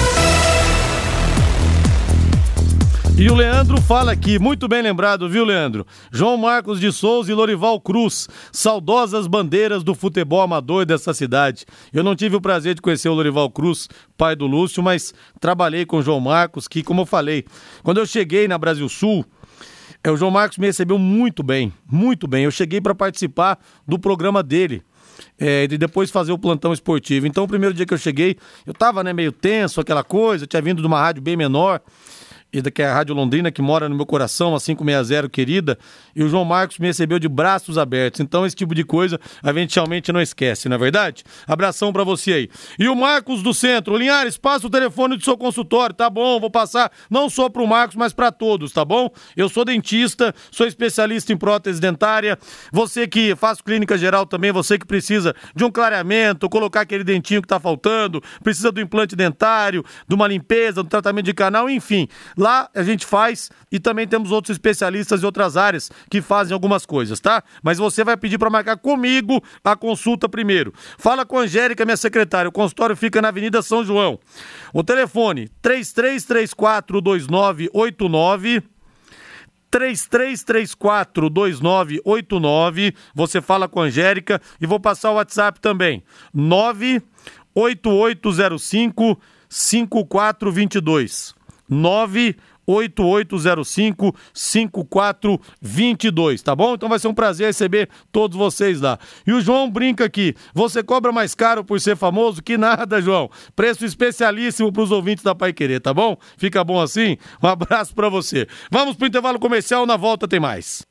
E o Leandro fala aqui, muito bem lembrado, viu, Leandro? João Marcos de Souza e Lorival Cruz, saudosas bandeiras do futebol amador dessa cidade. Eu não tive o prazer de conhecer o Lorival Cruz, pai do Lúcio, mas trabalhei com o João Marcos, que, como eu falei, quando eu cheguei na Brasil Sul, o João Marcos me recebeu muito bem, muito bem. Eu cheguei para participar do programa dele. É, e depois fazer o plantão esportivo. Então, o primeiro dia que eu cheguei, eu tava, né, meio tenso, aquela coisa, eu tinha vindo de uma rádio bem menor, e que é a Rádio Londrina, que mora no meu coração, a cinco seis zero, querida, e o João Marcos me recebeu de braços abertos. Então, esse tipo de coisa a gente realmente não esquece, não é verdade? Abração pra você aí. E o Marcos do Centro, Linhares, passa o telefone do seu consultório, tá bom? Vou passar não só pro Marcos, mas pra todos, tá bom? Eu sou dentista, sou especialista em prótese dentária, você que faz clínica geral também, você que precisa de um clareamento, colocar aquele dentinho que tá faltando, precisa do implante dentário, de uma limpeza, do tratamento de canal, enfim. Lá a gente faz e também temos outros especialistas de outras áreas que fazem algumas coisas, tá? Mas você vai pedir para marcar comigo a consulta primeiro. Fala com a Angélica, minha secretária. O consultório fica na Avenida São João. O telefone três três três quatro dois nove oito nove três três três quatro dois nove oito nove. Você fala com a Angélica e vou passar o WhatsApp também. nove oito oito zero cinco cinco quatro dois dois. nove oito oito zero cinco cinco quatro dois dois, tá bom? Então vai ser um prazer receber todos vocês lá. E o João brinca aqui, você cobra mais caro por ser famoso? Que nada, João. Preço especialíssimo pros ouvintes da Paiquerê, tá bom? Fica bom assim? Um abraço pra você. Vamos pro intervalo comercial, na volta tem mais.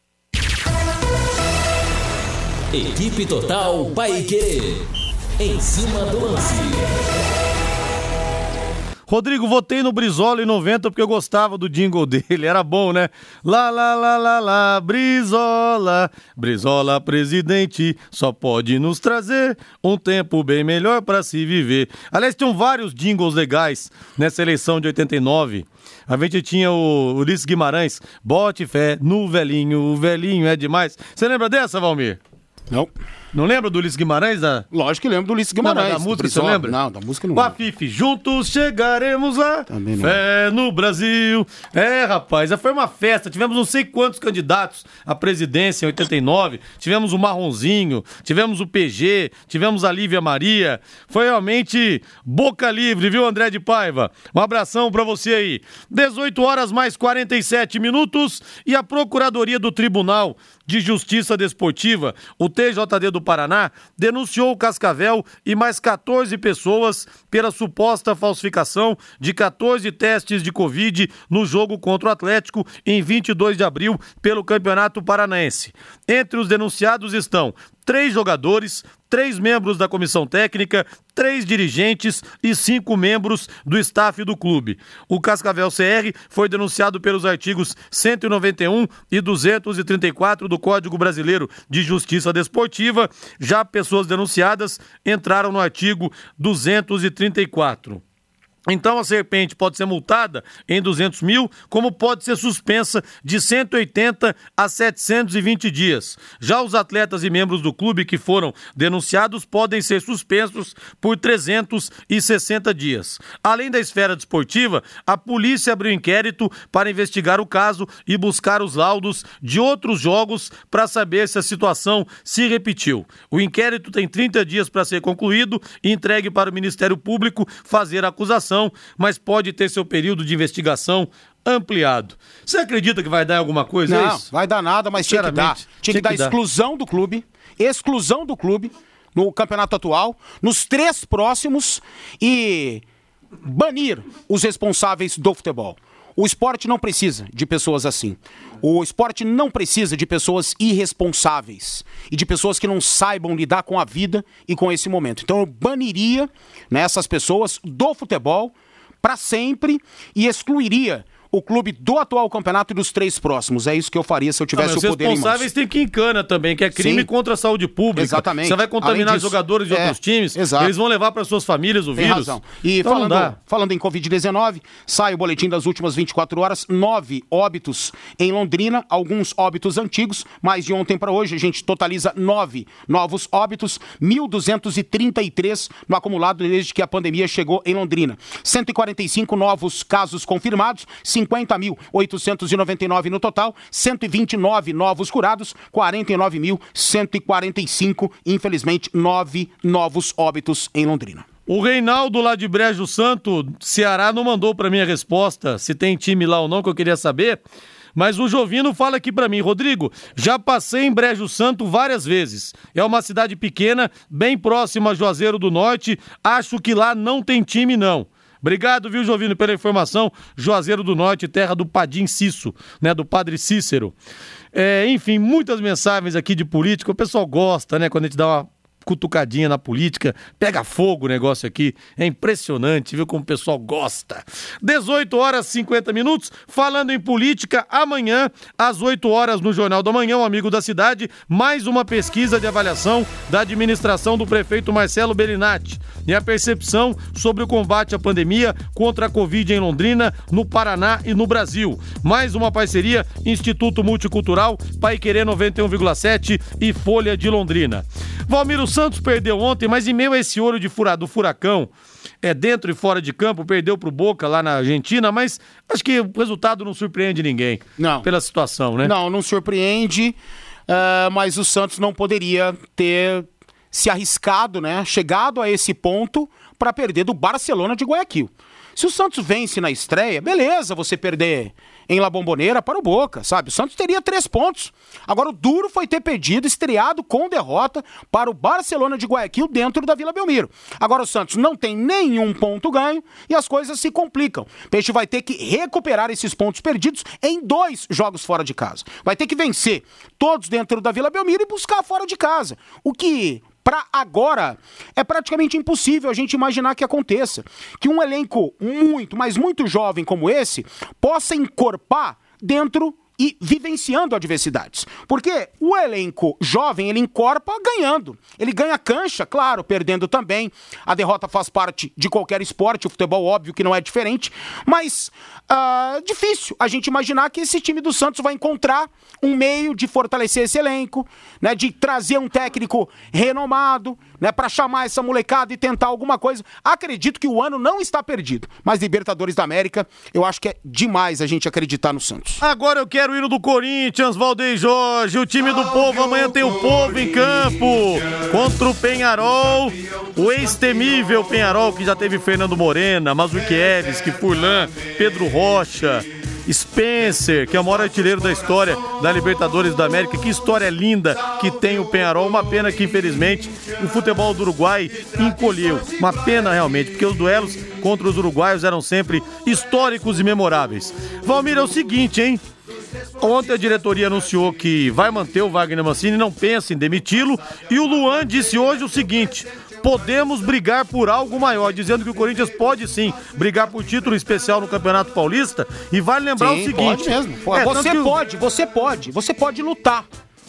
Equipe Total Paiquerê, em cima do lance. Rodrigo, votei no Brizola em noventa porque eu gostava do jingle dele, era bom, né? Lá, lá, lá, lá, lá, Brizola, Brizola presidente, só pode nos trazer um tempo bem melhor pra se viver. Aliás, tinham vários jingles legais nessa eleição de oitenta e nove. A gente tinha o Ulisses Guimarães, bote fé no velhinho, o velhinho é demais. Você lembra dessa, Valmir? Não. Não lembra do Ulisses Guimarães? Da... Lógico que lembro do Ulisses Guimarães. Não, da música, você lembra? Não, da música não. Com a Fife, juntos chegaremos lá. Também não. Fé no Brasil. É, rapaz, foi uma festa. Tivemos não sei quantos candidatos à presidência em oitenta e nove. Tivemos o Marronzinho, tivemos o P G, tivemos a Lívia Maria. Foi realmente boca livre, viu, André de Paiva? Um abração pra você aí. dezoito horas mais quarenta e sete minutos e a Procuradoria do Tribunal de Justiça Desportiva, o T J D do Paraná, denunciou o Cascavel e mais quatorze pessoas pela suposta falsificação de quatorze testes de Covid no jogo contra o Atlético em vinte e dois de abril pelo Campeonato Paranaense. Entre os denunciados estão três jogadores, três membros da comissão técnica, três dirigentes e cinco membros do staff do clube. O Cascavel C R foi denunciado pelos artigos cento e noventa e um e duzentos e trinta e quatro do Código Brasileiro de Justiça Desportiva. Já pessoas denunciadas entraram no artigo duzentos e trinta e quatro. Então a Serpente pode ser multada em duzentos mil, como pode ser suspensa de cento e oitenta a setecentos e vinte dias. Já os atletas e membros do clube que foram denunciados podem ser suspensos por trezentos e sessenta dias. Além da esfera desportiva, a polícia abriu inquérito para investigar o caso e buscar os laudos de outros jogos para saber se a situação se repetiu. O inquérito tem trinta dias para ser concluído e entregue para o Ministério Público fazer a acusação, mas pode ter seu período de investigação ampliado. Você acredita que vai dar alguma coisa? Não, é isso? Vai dar nada, mas tinha que dar. Tinha, tinha que dar que exclusão dar. do clube, exclusão do clube no campeonato atual, nos três próximos e banir os responsáveis do futebol. O esporte não precisa de pessoas assim. O esporte não precisa de pessoas irresponsáveis e de pessoas que não saibam lidar com a vida e com esse momento. Então eu baniria, né, essas pessoas do futebol para sempre e excluiria o clube do atual campeonato e dos três próximos. É isso que eu faria se eu tivesse não, o poder em mãos. Os responsáveis têm que encana também, que é crime Sim. contra a saúde pública. Exatamente. Você vai contaminar disso, jogadores de é, outros times, exato. eles vão levar para suas famílias o Tem vírus. Razão. E então falando, falando em covid dezenove, sai o boletim das últimas vinte e quatro horas, nove óbitos em Londrina, alguns óbitos antigos, mas de ontem para hoje a gente totaliza nove novos óbitos, mil duzentos e trinta e três no acumulado desde que a pandemia chegou em Londrina. cento e quarenta e cinco novos casos confirmados, cinquenta mil oitocentos e noventa e nove no total, cento e vinte e nove novos curados, quarenta e nove mil cento e quarenta e cinco, infelizmente, nove novos óbitos em Londrina. O Reinaldo lá de Brejo Santo, Ceará, não mandou para mim a resposta se tem time lá ou não, que eu queria saber. Mas o Jovino fala aqui pra mim, Rodrigo, já passei em Brejo Santo várias vezes. É uma cidade pequena, bem próxima a Juazeiro do Norte. Acho que lá não tem time, não. Obrigado, viu, Jovino, pela informação. Juazeiro do Norte, terra do Padim Cisso, né, do Padre Cícero. É, enfim, muitas mensagens aqui de política. O pessoal gosta, né, quando a gente dá uma cutucadinha na política, pega fogo o negócio aqui, é impressionante, viu como o pessoal gosta. dezoito horas e cinquenta minutos, falando em política, amanhã, às oito horas no Jornal da Manhã, o Amigo da Cidade, mais uma pesquisa de avaliação da administração do prefeito Marcelo Bellinati e a percepção sobre o combate à pandemia contra a Covid em Londrina, no Paraná e no Brasil. Mais uma parceria, Instituto Multicultural, Paiquerê noventa e um vírgula sete e Folha de Londrina. Valmir, o Santos perdeu ontem, mas em meio a esse olho de fura, do furacão, é, dentro e fora de campo, perdeu pro Boca lá na Argentina, mas acho que o resultado não surpreende ninguém. Não. Pela situação, né? Não, não surpreende, uh, mas o Santos não poderia ter se arriscado, né? Chegado a esse ponto para perder do Barcelona de Guayaquil. Se o Santos vence na estreia, beleza você perder em La Bombonera para o Boca, sabe? O Santos teria três pontos. Agora o duro foi ter perdido, estreado com derrota para o Barcelona de Guayaquil dentro da Vila Belmiro. Agora o Santos não tem nenhum ponto ganho e as coisas se complicam. O Peixe vai ter que recuperar esses pontos perdidos em dois jogos fora de casa. Vai ter que vencer todos dentro da Vila Belmiro e buscar fora de casa. O que para agora, é praticamente impossível a gente imaginar que aconteça. Que um elenco muito, mas muito jovem como esse, possa encorpar dentro e vivenciando adversidades. Porque o elenco jovem, ele encorpa ganhando. Ele ganha cancha, claro, perdendo também. A derrota faz parte de qualquer esporte, o futebol óbvio que não é diferente, mas uh, difícil a gente imaginar que esse time do Santos vai encontrar um meio de fortalecer esse elenco, né, de trazer um técnico renomado, né, para chamar essa molecada e tentar alguma coisa. Acredito que o ano não está perdido, mas Libertadores da América, eu acho que é demais a gente acreditar no Santos. Agora eu quero o hino do Corinthians, Valdeir Jorge, o time do povo, amanhã tem o povo em campo, contra o Penharol, o ex-temível Penharol, que já teve Fernando Morena, Mazzucchelli, Furlan, Pedro Rocha, Spencer, que é o maior artilheiro da história da Libertadores da América. Que história linda que tem o Penharol. Uma pena que, infelizmente, o futebol do Uruguai encolheu. Uma pena, realmente, porque os duelos contra os uruguaios eram sempre históricos e memoráveis. Valmir, é o seguinte, hein? Ontem a diretoria anunciou que vai manter o Wagner Mancini, não pensa em demiti-lo. E o Luan disse hoje o seguinte: podemos brigar por algo maior, dizendo que o Corinthians pode sim brigar por título especial no Campeonato Paulista. E vale lembrar sim, o seguinte: pode mesmo. É, você pode, o... você pode, você pode lutar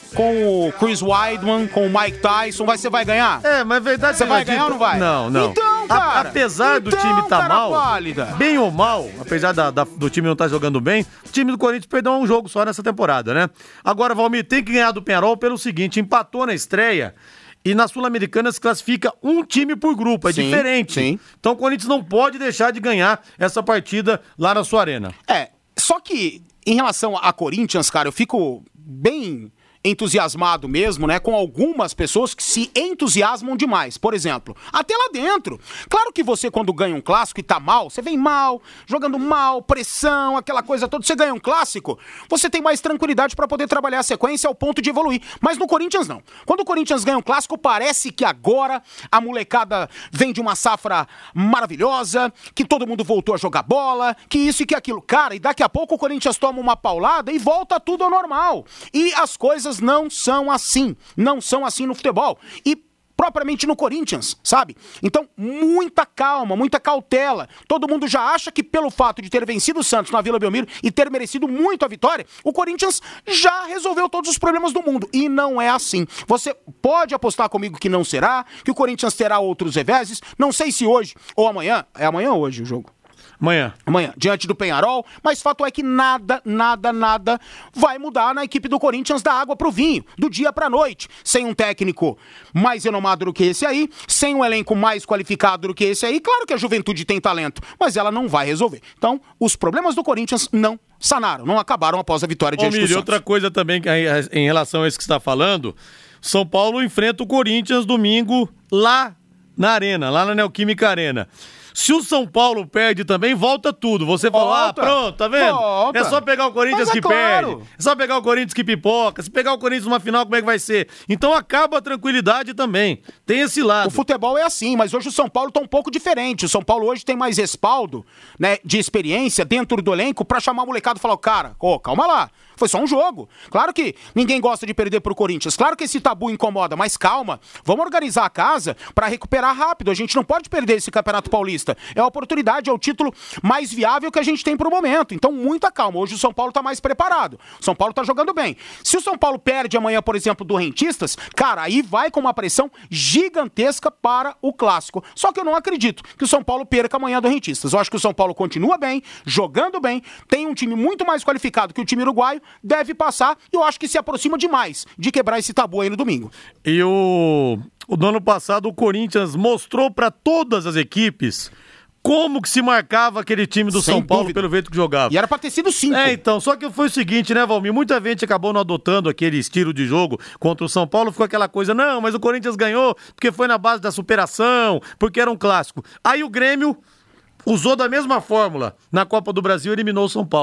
com o Chris Weidman, com o Mike Tyson. Você vai ganhar? É, mas é verdade. Você vai ganhar ou não vai? Não, não. Então, cara, A, apesar do então, time estar tá mal, válida. bem ou mal, apesar da, da, do time não estar tá jogando bem, o time do Corinthians perdeu um jogo só nessa temporada, né? Agora, Valmir, tem que ganhar do Penharol pelo seguinte: empatou na estreia. E na Sul-Americana se classifica um time por grupo, é sim, diferente. Sim. Então o Corinthians não pode deixar de ganhar essa partida lá na sua arena. É, só que em relação a Corinthians, cara, eu fico bem entusiasmado mesmo, né, com algumas pessoas que se entusiasmam demais. Por exemplo, até lá dentro. Claro que você, quando ganha um clássico e tá mal, você vem mal, jogando mal, pressão, aquela coisa toda, você ganha um clássico, você tem mais tranquilidade pra poder trabalhar a sequência ao ponto de evoluir. Mas no Corinthians não. Quando o Corinthians ganha um clássico, parece que agora a molecada vem de uma safra maravilhosa, que todo mundo voltou a jogar bola, que isso e que aquilo. Cara, e daqui a pouco o Corinthians toma uma paulada e volta tudo ao normal. E as coisas não são assim, não são assim no futebol e propriamente no Corinthians, sabe? Então, muita calma, muita cautela. Todo mundo já acha que pelo fato de ter vencido o Santos na Vila Belmiro e ter merecido muito a vitória, o Corinthians já resolveu todos os problemas do mundo. E não é assim. Você pode apostar comigo que não será, que o Corinthians terá outros reveses. Não sei se hoje ou amanhã. É amanhã ou hoje o jogo? Amanhã. Amanhã, diante do Penharol, mas fato é que nada, nada, nada vai mudar na equipe do Corinthians da água pro vinho, do dia pra noite, sem um técnico mais renomado do que esse aí, sem um elenco mais qualificado do que esse aí. Claro que a juventude tem talento, mas ela não vai resolver. Então, os problemas do Corinthians não sanaram, não acabaram após a vitória diante do Santos. Outra coisa também em relação a isso que você está falando, São Paulo enfrenta o Corinthians domingo lá na Arena, lá na Neoquímica Arena. Se o São Paulo perde também, volta tudo. Você fala, ah, pronto, tá vendo? Volta. É só pegar o Corinthians é que claro. perde. É só pegar o Corinthians que pipoca. Se pegar o Corinthians numa final, como é que vai ser? Então acaba a tranquilidade também. Tem esse lado. O futebol é assim, mas hoje o São Paulo tá um pouco diferente. O São Paulo hoje tem mais respaldo, né, de experiência dentro do elenco pra chamar o molecado e falar, cara, oh, calma lá. Foi só um jogo. Claro que ninguém gosta de perder pro Corinthians. Claro que esse tabu incomoda, mas calma. Vamos organizar a casa pra recuperar rápido. A gente não pode perder esse Campeonato Paulista. É a oportunidade, é o título mais viável que a gente tem pro momento. Então, muita calma. Hoje o São Paulo tá mais preparado. O São Paulo tá jogando bem. Se o São Paulo perde amanhã, por exemplo, do Rentistas, cara, aí vai com uma pressão gigantesca para o Clássico. Só que eu não acredito que o São Paulo perca amanhã do Rentistas. Eu acho que o São Paulo continua bem, jogando bem, tem um time muito mais qualificado que o time uruguaio, deve passar, e eu acho que se aproxima demais de quebrar esse tabu aí no domingo. E o, o do ano passado o Corinthians mostrou para todas as equipes como que se marcava aquele time do Sem São Paulo dúvida. Pelo jeito que jogava. E era pra ter sido cinco. É, então, só que foi o seguinte, né, Valmir? Muita gente acabou não adotando aquele estilo de jogo contra o São Paulo, ficou aquela coisa, não, mas o Corinthians ganhou porque foi na base da superação, porque era um clássico. Aí o Grêmio usou da mesma fórmula na Copa do Brasil e eliminou o São Paulo.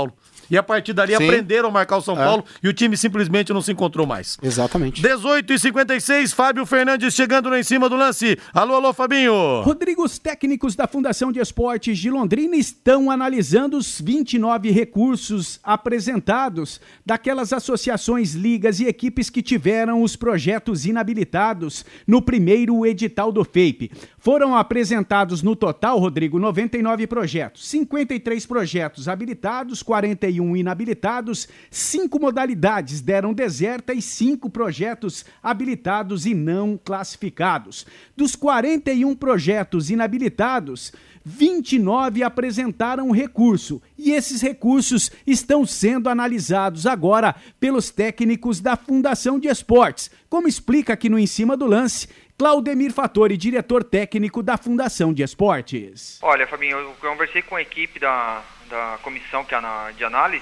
e a partir dali Sim. aprenderam a marcar o São É. Paulo e o time simplesmente não se encontrou mais. Exatamente. dezoito e cinquenta e seis, Fábio Fernandes chegando lá em cima do lance. Alô, alô, Fabinho. Rodrigo, os técnicos da Fundação de Esportes de Londrina estão analisando os vinte e nove recursos apresentados daquelas associações, ligas e equipes que tiveram os projetos inabilitados no primeiro edital do F E I P. Foram apresentados no total, Rodrigo, noventa e nove projetos, cinquenta e três projetos habilitados, quarenta e um inabilitados, cinco modalidades deram deserta e cinco projetos habilitados e não classificados. Dos quarenta e um projetos inabilitados, vinte e nove apresentaram recurso e esses recursos estão sendo analisados agora pelos técnicos da Fundação de Esportes, como explica aqui no Em Cima do Lance Claudemir Fattori, diretor técnico da Fundação de Esportes. Olha, Fabinho, eu conversei com a equipe da, da comissão que é na, de análise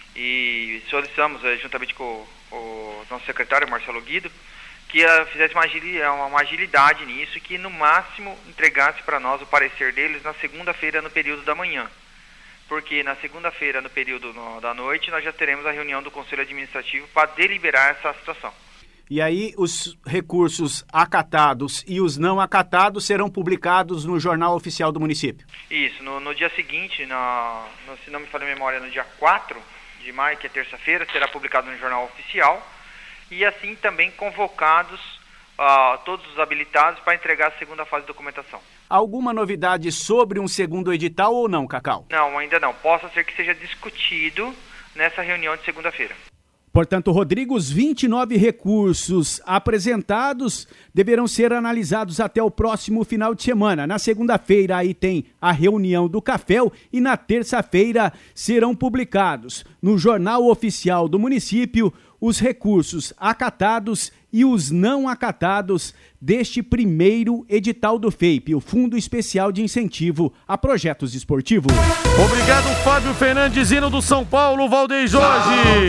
e solicitamos, juntamente com o, o nosso secretário, Marcelo Guido, que uh, fizesse uma agilidade, uma agilidade nisso e que, no máximo, entregasse para nós o parecer deles na segunda-feira, no período da manhã. Porque na segunda-feira, no período no, da noite, nós já teremos a reunião do Conselho Administrativo para deliberar essa situação. E aí os recursos acatados e os não acatados serão publicados no Jornal Oficial do município? Isso, no, no dia seguinte, na, no, se não me falha a memória, no dia quatro de maio, que é terça-feira, será publicado no Jornal Oficial e assim também convocados uh, todos os habilitados para entregar a segunda fase de documentação. Alguma novidade sobre um segundo edital ou não, Cacau? Não, ainda não. Possa ser que seja discutido nessa reunião de segunda-feira. Portanto, Rodrigo, os vinte e nove recursos apresentados deverão ser analisados até o próximo final de semana. Na segunda-feira aí tem a reunião do Caféu e na terça-feira serão publicados no Jornal Oficial do município os recursos acatados e os não acatados deste primeiro edital do F E I P, o Fundo Especial de Incentivo a Projetos Esportivos. Obrigado, Fábio Fernandes, hino do São Paulo, Valdeir Jorge.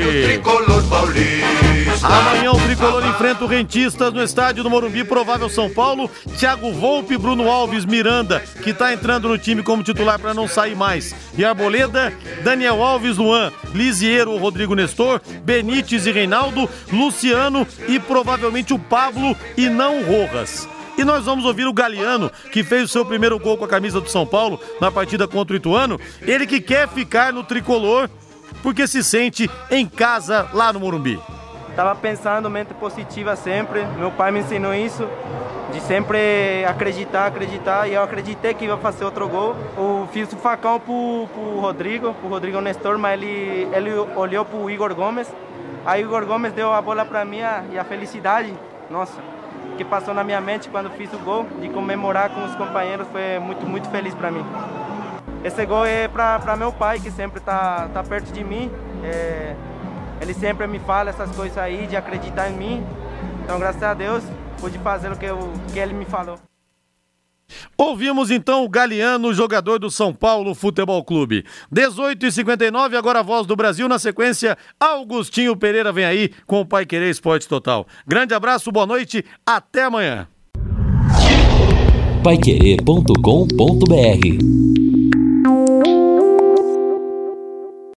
Amanhã o Tricolor enfrenta o Rentistas no estádio do Morumbi, provável São Paulo. Thiago Volpe, Bruno Alves, Miranda, que está entrando no time como titular para não sair mais. E Arboleda, Daniel Alves, Luan, Lisiero, Rodrigo Nestor, Benítez e Reinaldo, Luciano e provavelmente o Pablo e não o Rojas. E nós vamos ouvir o Galeano, que fez o seu primeiro gol com a camisa do São Paulo na partida contra o Ituano. Ele que quer ficar no Tricolor porque se sente em casa lá no Morumbi. Estava pensando mente positiva sempre, meu pai me ensinou isso, de sempre acreditar, acreditar, e eu acreditei que ia fazer outro gol. Eu fiz o facão pro, pro Rodrigo, pro Rodrigo Nestor, mas ele, ele olhou pro Igor Gomes, aí o Igor Gomes deu a bola para mim e a felicidade, nossa, que passou na minha mente quando fiz o gol, de comemorar com os companheiros, foi muito, muito feliz para mim. Esse gol é para meu pai, que sempre tá, tá perto de mim, é, ele sempre me fala essas coisas aí, de acreditar em mim. Então, graças a Deus, pude fazer o que, eu, que ele me falou. Ouvimos então o Galeano, jogador do São Paulo Futebol Clube. dezoito e cinquenta e nove, agora a Voz do Brasil. Na sequência, Augustinho Pereira vem aí com o Paiquerê Esporte Total. Grande abraço, boa noite, até amanhã. paiquerê ponto com ponto br